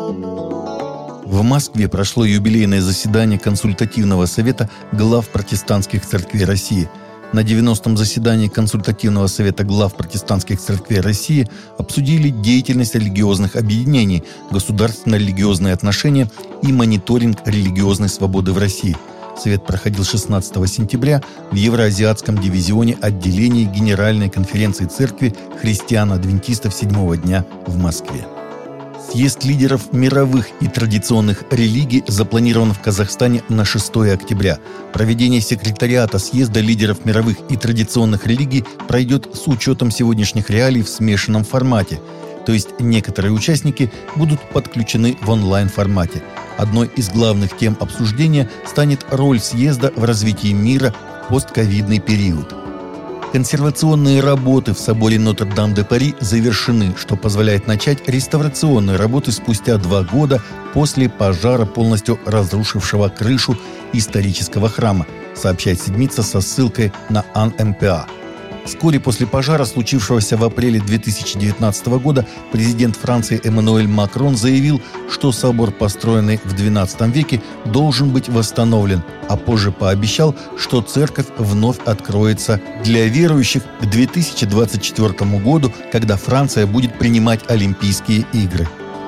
В Москве прошло юбилейное заседание Консультативного совета глав протестантских церквей России. На 90-м заседании Консультативного совета глав протестантских церквей России обсудили деятельность религиозных объединений, государственно-религиозные отношения и мониторинг религиозной свободы в России. Совет проходил 16 сентября в Евроазиатском дивизионе отделения Генеральной конференции церкви христиан-адвентистов седьмого дня в Москве. Съезд лидеров мировых и традиционных религий запланирован в Казахстане на 6 октября. Проведение секретариата съезда лидеров мировых и традиционных религий пройдет с учетом сегодняшних реалий в смешанном формате, то есть некоторые участники будут подключены в онлайн-формате. Одной из главных тем обсуждения станет роль съезда в развитии мира в постковидный период. Консервационные работы в соборе Нотр-Дам-де-Пари завершены, что позволяет начать реставрационные работы спустя 2 года после пожара, полностью разрушившего крышу исторического храма, сообщает Седмица со ссылкой на АН-МПА. Вскоре после пожара, случившегося в апреле 2019 года, президент Франции Эммануэль Макрон заявил, что собор, построенный в XII веке, должен быть восстановлен, а позже пообещал, что церковь вновь откроется для верующих к 2024 году, когда Франция будет принимать Олимпийские игры.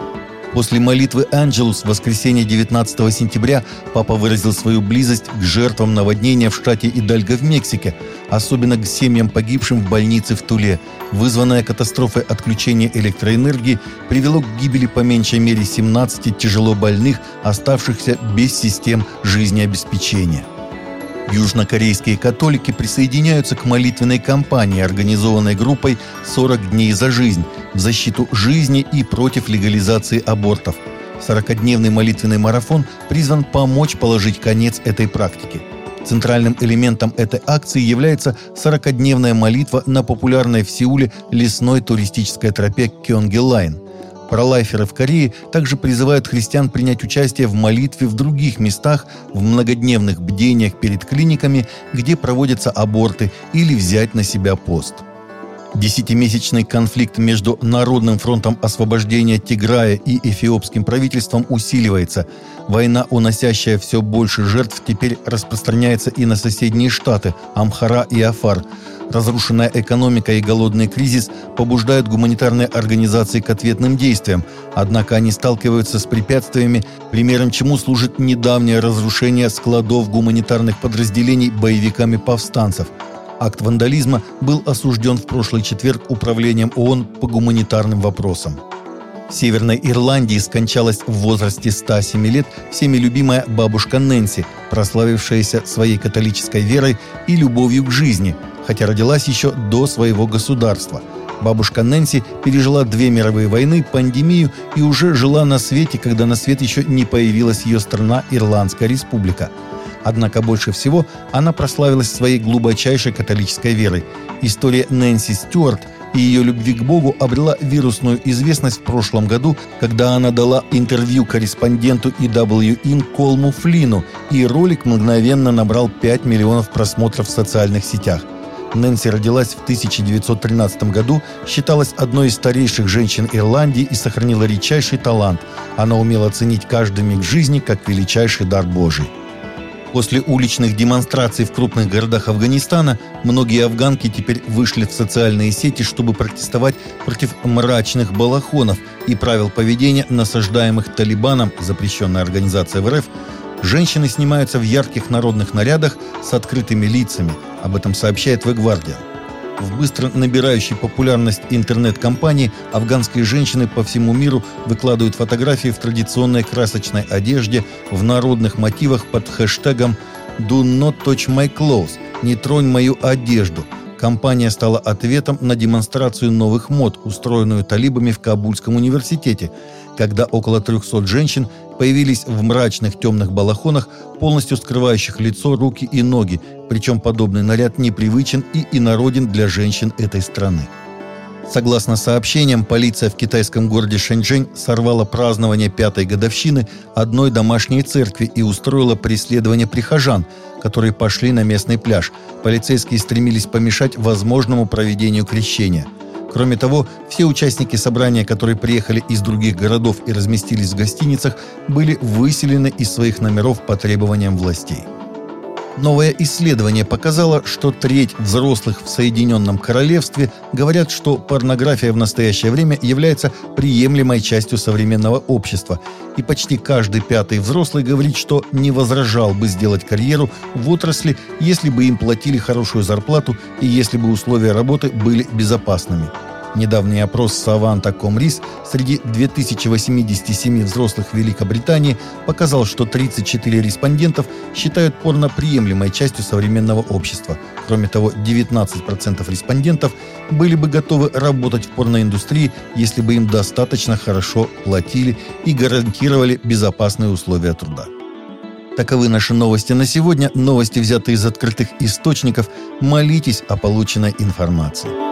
После молитвы «Анджелус» в воскресенье 19 сентября папа выразил свою близость к жертвам наводнения в штате Идальго в Мексике, особенно к семьям погибшим в больнице в Туле. Вызванная катастрофой отключения электроэнергии привело к гибели по меньшей мере 17 тяжело больных, оставшихся без систем жизнеобеспечения. Южнокорейские католики присоединяются к молитвенной кампании, организованной группой «40 дней за жизнь» в защиту жизни и против легализации абортов. 40-дневный молитвенный марафон призван помочь положить конец этой практике. Центральным элементом этой акции является 40-дневная молитва на популярной в Сеуле лесной туристической тропе Кёнге-Лайн. Пролайферы в Корее также призывают христиан принять участие в молитве в других местах, в многодневных бдениях перед клиниками, где проводятся аборты, или взять на себя пост. 10-месячный конфликт между Народным фронтом освобождения Тиграя и эфиопским правительством усиливается. Война, уносящая все больше жертв, теперь распространяется и на соседние штаты Амхара и Афар. Разрушенная экономика и голодный кризис побуждают гуманитарные организации к ответным действиям, однако они сталкиваются с препятствиями, примером чему служит недавнее разрушение складов гуманитарных подразделений боевиками повстанцев. Акт вандализма был осужден в прошлый четверг Управлением ООН по гуманитарным вопросам. В Северной Ирландии скончалась в возрасте 107 лет всеми любимая бабушка Нэнси, прославившаяся своей католической верой и любовью к жизни, хотя родилась еще до своего государства. Бабушка Нэнси пережила 2 мировые войны, пандемию и уже жила на свете, когда на свет еще не появилась ее страна Ирландская республика. Однако больше всего она прославилась своей глубочайшей католической верой. История Нэнси Стюарт и ее любви к Богу обрела вирусную известность в прошлом году, когда она дала интервью корреспонденту EWN Колму Флину, и ролик мгновенно набрал 5 миллионов просмотров в социальных сетях. Нэнси родилась в 1913 году, считалась одной из старейших женщин Ирландии и сохранила редчайший талант. Она умела ценить каждый миг жизни как величайший дар Божий. После уличных демонстраций в крупных городах Афганистана многие афганки теперь вышли в социальные сети, чтобы протестовать против мрачных балахонов и правил поведения, насаждаемых Талибаном, запрещенной организацией в РФ. Женщины снимаются в ярких народных нарядах с открытыми лицами. Об этом сообщает The Guardian. В быстро набирающей популярность интернет-компании афганские женщины по всему миру выкладывают фотографии в традиционной красочной одежде в народных мотивах под хэштегом «Do not touch my clothes» – «Не тронь мою одежду». Компания стала ответом на демонстрацию новых мод, устроенную талибами в Кабульском университете, когда около 300 женщин появились в мрачных темных балахонах, полностью скрывающих лицо, руки и ноги, причем подобный наряд непривычен и инороден для женщин этой страны. Согласно сообщениям, полиция в китайском городе Шэньчжэнь сорвала празднование 5-й годовщины одной домашней церкви и устроила преследование прихожан, которые пошли на местный пляж. Полицейские стремились помешать возможному проведению крещения. Кроме того, все участники собрания, которые приехали из других городов и разместились в гостиницах, были выселены из своих номеров по требованиям властей. Новое исследование показало, что треть взрослых в Соединенном Королевстве говорят, что порнография в настоящее время является приемлемой частью современного общества, и почти каждый пятый взрослый говорит, что не возражал бы сделать карьеру в отрасли, если бы им платили хорошую зарплату и если бы условия работы были безопасными. Недавний опрос Savanta.com.ris среди 2087 взрослых в Великобритании показал, что 34 респондентов считают порно приемлемой частью современного общества. Кроме того, 19% респондентов были бы готовы работать в порноиндустрии, если бы им достаточно хорошо платили и гарантировали безопасные условия труда. Таковы наши новости на сегодня. Новости, взятые из открытых источников. Молитесь о полученной информации.